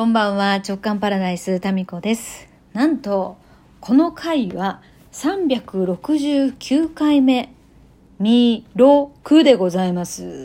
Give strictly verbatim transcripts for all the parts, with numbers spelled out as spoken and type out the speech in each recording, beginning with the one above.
こんばんは、直感パラダイスタミコです。なんとこの回はさんびゃくろくじゅうきゅうかいめみろくでございます。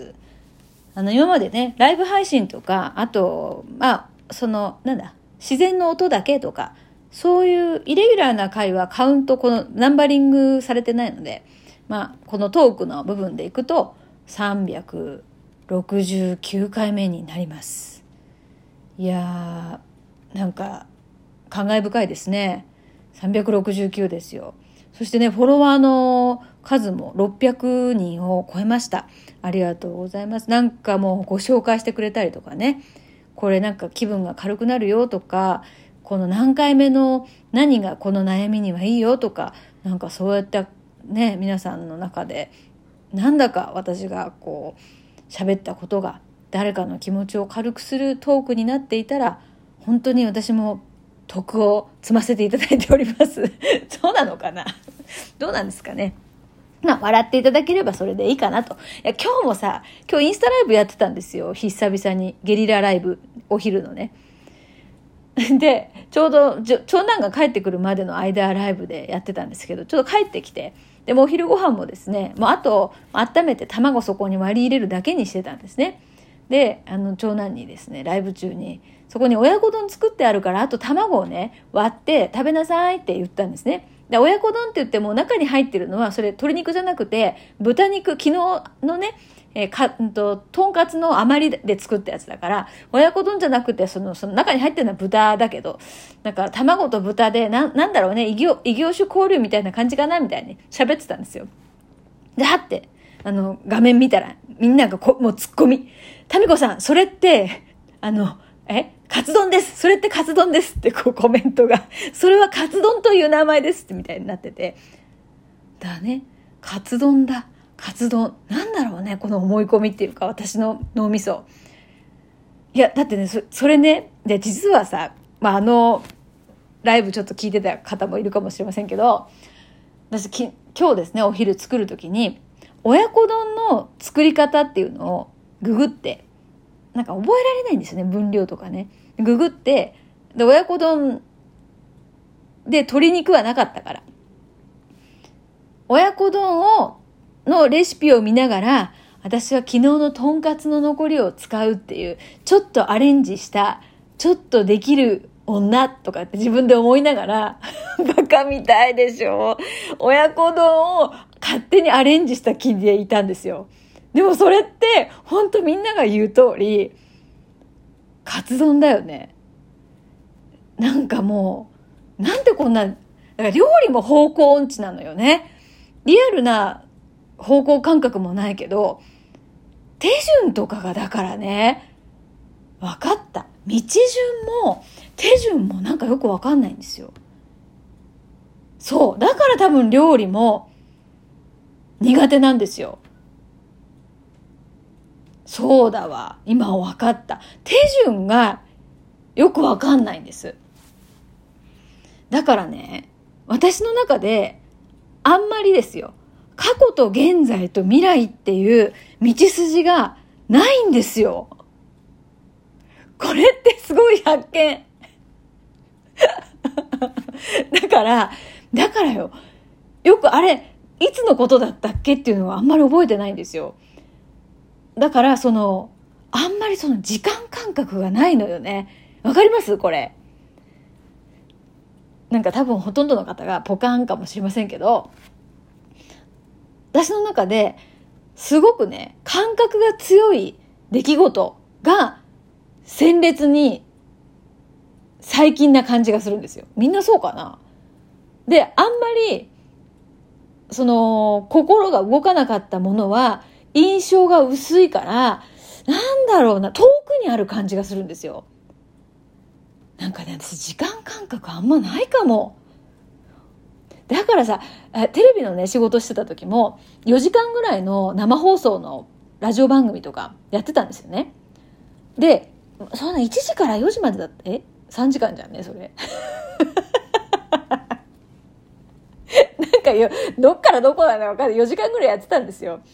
あの今までね、ライブ配信とか、あとまあそのなんだ自然の音だけとか、そういうイレギュラーな回はカウント、このナンバリングされてないので、まあこのトークの部分でいくとさんびゃくろくじゅうきゅうかいめになります。いやー、なんか感慨深いですね。さんびゃくろくじゅうきゅうですよ。そしてね、フォロワーの数もろっぴゃくにんを超えました。ありがとうございます。なんかもうご紹介してくれたりとかね、これなんか気分が軽くなるよとか、この何回目の何がこの悩みにはいいよとか、なんかそうやってね、皆さんの中でなんだか私がこう喋ったことが誰かの気持ちを軽くするトークになっていたら、本当に私も徳を積ませていただいておりますそうなのかなどうなんですかね。まあ笑っていただければそれでいいかなと。いや今日もさ、今日インスタライブやってたんですよ。久々にゲリラライブ、お昼のねでちょうど長男が帰ってくるまでの間ライブでやってたんですけど、ちょっと帰ってきて、でもお昼ご飯もですね、もうあと温めて卵そこに割り入れるだけにしてたんですね。で、あの長男にですね、ライブ中にそこに親子丼作ってあるから、あと卵をね割って食べなさいって言ったんですね。で、親子丼って言っても中に入ってるのはそれ鶏肉じゃなくて豚肉、昨日のね、えー、かんととんかつの余りで作ったやつだから、親子丼じゃなくてそのその中に入ってるのは豚だけど、だから卵と豚でななんだろうね、異業異業種交流みたいな感じかなみたいに喋ってたんですよ。で、はってあの画面見たらみんながこもうツッコミ、タミコさんそれってあのえカツ丼です、それってカツ丼ですってこうコメントがそれはカツ丼という名前ですってみたいになってて、だね、カツ丼だ、カツ丼なんだろうね、この思い込みっていうか、私の脳みそ。いやだってね、 そ, それね、で実はさ、まあ、あのライブちょっと聞いてた方もいるかもしれませんけど、私き今日ですね、お昼作る時に親子丼の作り方っていうのをググって、なんか覚えられないんですよね、分量とかね。ググって、で親子丼で鶏肉はなかったから、親子丼をのレシピを見ながら、私は昨日のとんかつの残りを使うっていう、ちょっとアレンジしたちょっとできる女とかって自分で思いながらバカみたいでしょ、親子丼を勝手にアレンジした気でいたんですよ。でもそれって本当みんなが言う通りカツ丼だよね。なんかもうなんでこんな、だから料理も方向音痴なのよね。リアルな方向感覚もないけど、手順とかがだからね、分かった。道順も手順もなんかよく分かんないんですよ。そうだから多分料理も苦手なんですよ。そうだわ、今分かった。手順がよく分かんないんです。だからね、私の中であんまりですよ、過去と現在と未来っていう道筋がないんですよ。これってすごい発見だからだからよ、よくあれいつのことだったっけっていうのはあんまり覚えてないんですよ。だからそのあんまりその時間感覚がないのよね。わかりますこれ。なんか多分ほとんどの方がポカーンかもしれませんけど、私の中ですごくね、感覚が強い出来事が鮮烈に最近な感じがするんですよ。みんなそうかな。で、あんまりその心が動かなかったものは印象が薄いから、なんだろうな、遠くにある感じがするんですよ。なんかね、私時間感覚あんまないかも。だからさ、テレビのね仕事してた時もよじかんぐらいの生放送のラジオ番組とかやってたんですよね。で、そんないちじからよじまでだって、えさんじかんじゃんねそれなんかよ、どっからどこなのか分かんない、よじかんぐらいやってたんですよ。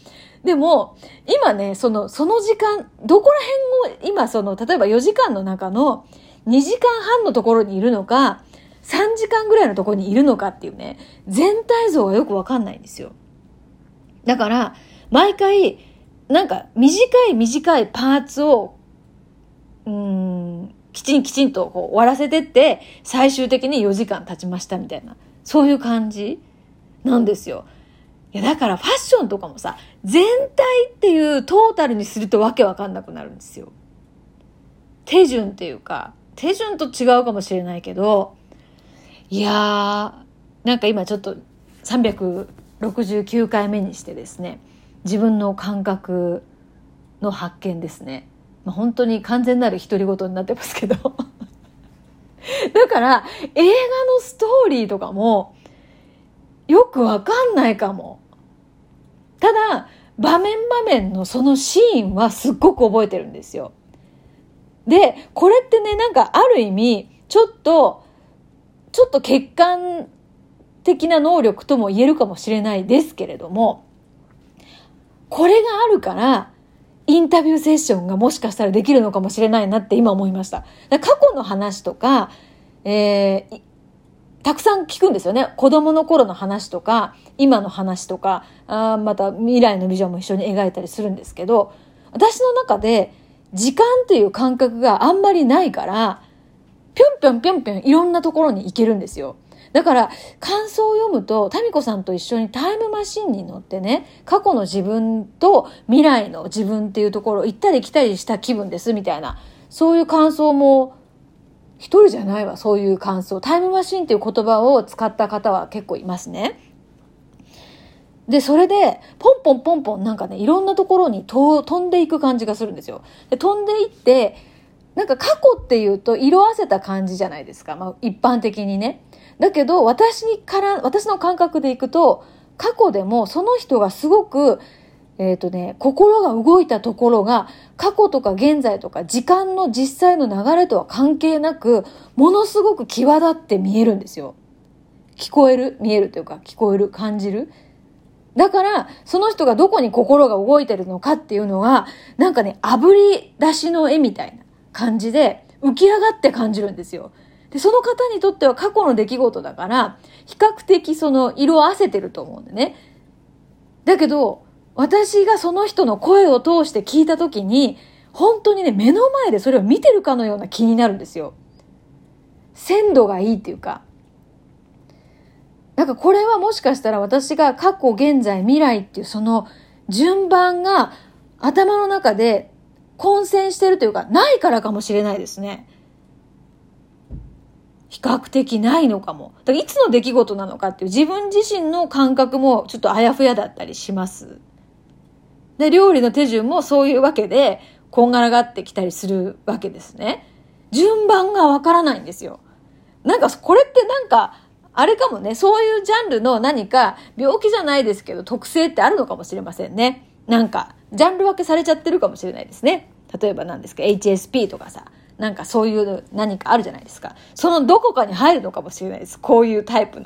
でも、今ね、その、その時間、どこら辺を、今その、例えばよじかんの中のにじかんはんのところにいるのか、さんじかんぐらいのところにいるのかっていうね、全体像がよくわかんないんですよ。だから、毎回、なんか、短い短いパーツを、うーん、きちんきちんとこう終わらせてって、最終的によじかん経ちましたみたいな、そういう感じなんですよ。いやだからファッションとかもさ、全体っていうトータルにするとわけわかんなくなるんですよ。手順っていうか、手順と違うかもしれないけど、いやー、なんか今ちょっとさんびゃくろくじゅうきゅうかいめにしてですね、自分の感覚の発見ですね。まあ、本当に完全なる独り言になってますけどだから映画のストーリーとかもよくわかんないかも。ただ場面場面のそのシーンはすっごく覚えてるんですよ。でこれってね、なんかある意味ちょっとちょっと客観的な能力とも言えるかもしれないですけれども、これがあるからインタビューセッションがもしかしたらできるのかもしれないなって今思いました。過去の話とか、えー、たくさん聞くんですよね。子供の頃の話とか、今の話とか、あまた未来のビジョンも一緒に描いたりするんですけど、私の中で時間っていう感覚があんまりないから、ぴょんぴょんぴょんぴょんいろんなところに行けるんですよ。だから感想を読むと、タミコさんと一緒にタイムマシンに乗ってね、過去の自分と未来の自分っていうところを行ったり来たりした気分ですみたいな、そういう感想も、一人じゃないわ、そういう感想。タイムマシンっていう言葉を使った方は結構いますね。で、それでポンポンポンポンなんかね、いろんなところにと飛んでいく感じがするんですよ。で、飛んでいって、なんか過去っていうと色あせた感じじゃないですか。まあ一般的にね。だけど私から、私の感覚でいくと、過去でもその人がすごく、えっとね、心が動いたところが過去とか現在とか時間の実際の流れとは関係なく、ものすごく際立って見えるんですよ。聞こえる、見えるというか聞こえる、感じる。だからその人がどこに心が動いてるのかっていうのが、なんかね、炙り出しの絵みたいな感じで浮き上がって感じるんですよ。で、その方にとっては過去の出来事だから、比較的その色あせてると思うんでね。だけど、私がその人の声を通して聞いたときに、本当にね、目の前でそれを見てるかのような気になるんですよ。鮮度がいいっていうか。なんかこれはもしかしたら私が過去、現在、未来っていうその順番が頭の中で混戦してるというか、ないからかもしれないですね。比較的ないのかも。だからいつの出来事なのかっていう自分自身の感覚もちょっとあやふやだったりします。で、料理の手順もそういうわけでこんがらがってきたりするわけですね。順番がわからないんですよ。なんかこれってなんかあれかもね、そういうジャンルの何か病気じゃないですけど特性ってあるのかもしれませんね。なんかジャンル分けされちゃってるかもしれないですね。例えば何ですか エイチエスピー とかさ、なんかそういう何かあるじゃないですか。そのどこかに入るのかもしれないです。こういうタイプの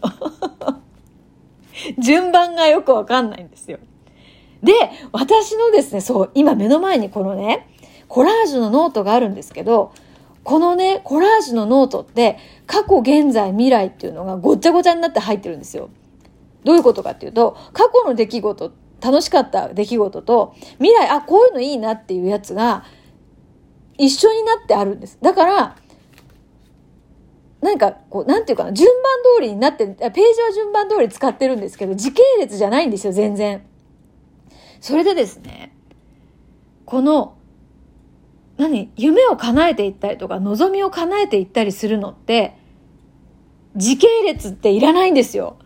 順番がよくわかんないんですよ。で、私のですね、そう今目の前にこのねコラージュのノートがあるんですけど、このねコラージュのノートって過去、現在、未来っていうのがごちゃごちゃになって入ってるんですよ。どういうことかっていうと、過去の出来事、楽しかった出来事と未来、あ、こういうのいいなっていうやつが一緒になってあるんです。だからなんかこうなんていうかな、順番通りになって、ページは順番通り使ってるんですけど、時系列じゃないんですよ、全然。それでですね、この何夢を叶えていったりとか望みを叶えていったりするのって時系列っていらないんですよ。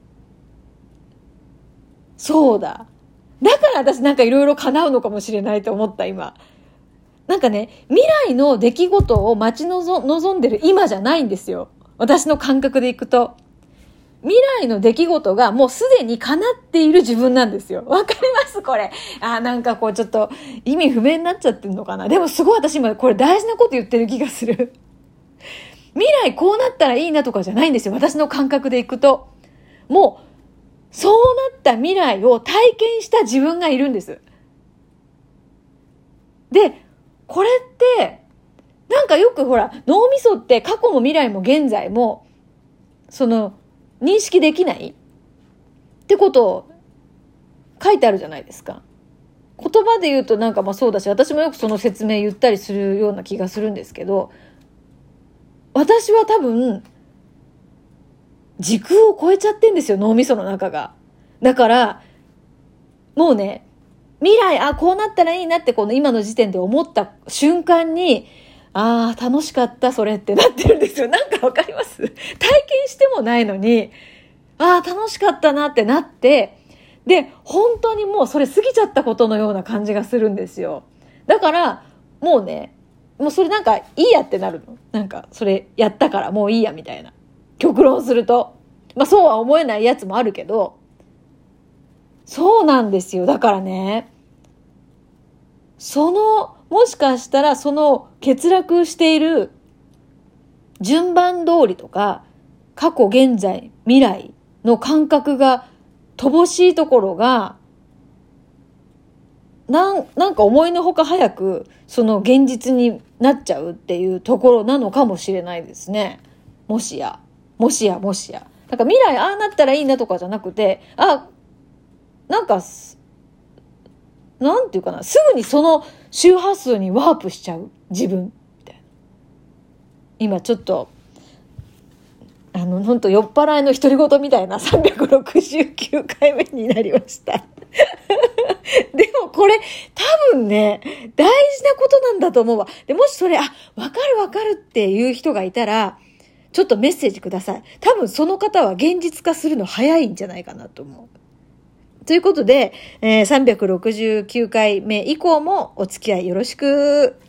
そうだ。だから私なんかいろいろ叶うのかもしれないと思った今。なんかね、未来の出来事を待ち望んでる今じゃないんですよ。私の感覚でいくと。未来の出来事がもうすでに叶っている自分なんですよ。わかりますこれ。あ、なんかこうちょっと意味不明になっちゃってるのかな。でもすごい私今これ大事なこと言ってる気がする。未来こうなったらいいなとかじゃないんですよ。私の感覚でいくと。もそうなった未来を体験した自分がいるんです。で、これって、なんかよくほら、脳みそって過去も未来も現在も、その、認識できないってことを書いてあるじゃないですか。言葉で言うとなんかまあそうだし、私もよくその説明言ったりするような気がするんですけど、私は多分、時空を超えちゃってんですよ、脳みその中が。だから、もうね、未来、あ、こうなったらいいなってこの今の時点で思った瞬間に、ああ、楽しかった、それってなってるんですよ。なんかわかります？体験してもないのに、ああ、楽しかったなってなって、で、本当にもうそれ過ぎちゃったことのような感じがするんですよ。だから、もうね、もうそれなんかいいやってなるの。なんか、それやったからもういいやみたいな。極論すると。まあそうは思えないやつもあるけど、そうなんですよ。だからね、その、もしかしたらその欠落している順番通りとか、過去、現在、未来の感覚が乏しいところが、なん、なんか思いのほか早くその現実になっちゃうっていうところなのかもしれないですね。もしや、もしや、もしや。だから未来ああなったらいいなとかじゃなくて、あ、なんか、なんていうかな、すぐにその周波数にワープしちゃう自分みたいな。今ちょっとあの本当酔っ払いの独り言みたいなさんびゃくろくじゅうきゅうかいめになりましたでもこれ多分ね大事なことなんだと思うわ。でもしそれあわかるわかるっていう人がいたらちょっとメッセージください。多分その方は現実化するの早いんじゃないかなと思う。ということで、えー、さんびゃくろくじゅうきゅうかいめ以降もお付き合いよろしく。